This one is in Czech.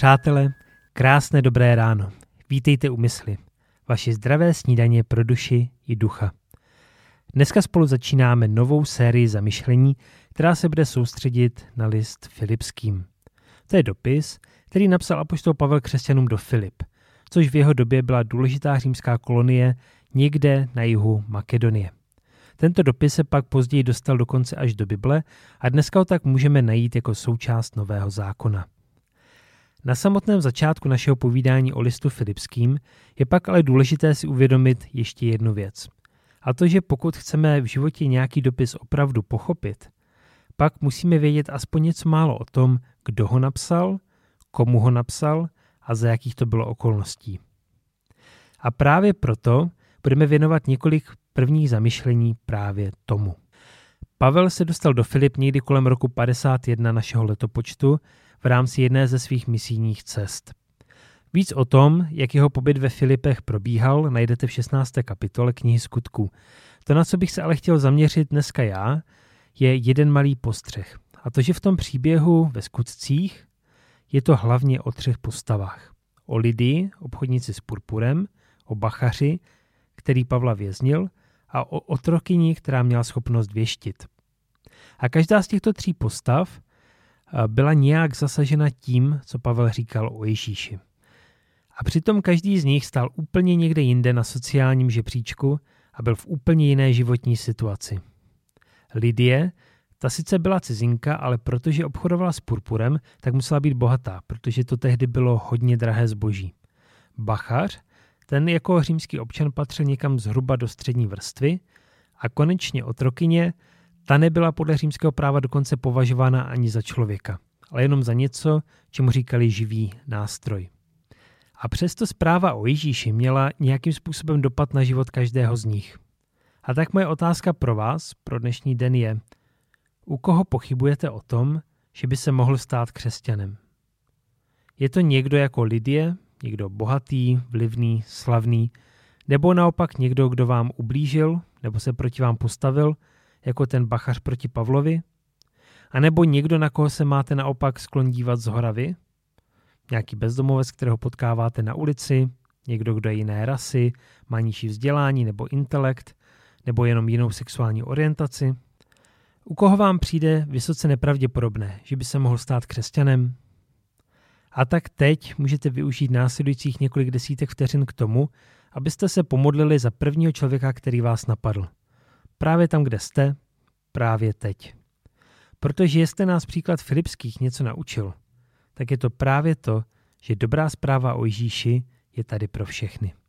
Přátelé, krásné dobré ráno. Vítejte u Mysli, vaše zdravé snídaně pro duši i ducha. Dneska spolu začínáme novou sérii zamyšlení, která se bude soustředit na list Filipským. To je dopis, který napsal apoštol Pavel křesťanům do Filip, což v jeho době byla důležitá římská kolonie někde na jihu Makedonie. Tento dopis se pak později dostal dokonce až do Bible a dneska ho tak můžeme najít jako součást Nového zákona. Na samotném začátku našeho povídání o listu Filipským je pak ale důležité si uvědomit ještě jednu věc. A to, že pokud chceme v životě nějaký dopis opravdu pochopit, pak musíme vědět aspoň něco málo o tom, kdo ho napsal, komu ho napsal a za jakých to bylo okolností. A právě proto budeme věnovat několik prvních zamyšlení právě tomu. Pavel se dostal do Filip někdy kolem roku 51 našeho letopočtu v rámci jedné ze svých misijních cest. Víc o tom, jak jeho pobyt ve Filipech probíhal, najdete v 16. kapitole knihy Skutků. To, na co bych se ale chtěl zaměřit dneska já, je jeden malý postřeh. A to, že v tom příběhu ve Skutcích je to hlavně o 3 postavách. O Lidii, obchodnici s purpurem, o bachaři, který Pavla věznil, a o otrokyni, která měla schopnost věštit. A každá z těchto 3 postav byla nějak zasažena tím, co Pavel říkal o Ježíši. A přitom každý z nich stál úplně někde jinde na sociálním žebříčku a byl v úplně jiné životní situaci. Lidie, ta sice byla cizinka, ale protože obchodovala s purpurem, tak musela být bohatá, protože to tehdy bylo hodně drahé zboží. Bachař, ten jako římský občan patřil někam zhruba do střední vrstvy a konečně otrokyně, ta nebyla podle římského práva dokonce považována ani za člověka, ale jenom za něco, čemu říkali živý nástroj. A přesto zpráva o Ježíši měla nějakým způsobem dopad na život každého z nich. A tak moje otázka pro vás, pro dnešní den je, u koho pochybujete o tom, že by se mohl stát křesťanem? Je to někdo jako Lidie, někdo bohatý, vlivný, slavný, nebo naopak někdo, kdo vám ublížil, nebo se proti vám postavil, jako ten bachař proti Pavlovi? A nebo někdo, na koho se máte naopak sklon dívat zhora vy? Nějaký bezdomovec, kterého potkáváte na ulici, někdo, kdo je jiné rasy, má nižší vzdělání nebo intelekt, nebo jenom jinou sexuální orientaci? U koho vám přijde vysoce nepravděpodobné, že by se mohl stát křesťanem? A tak teď můžete využít následujících několik desítek vteřin k tomu, abyste se pomodlili za prvního člověka, který vás napadl. Právě tam, kde jste, právě teď. Protože jestli nás příklad Filipských něco naučil, tak je to právě to, že dobrá zpráva o Ježíši je tady pro všechny.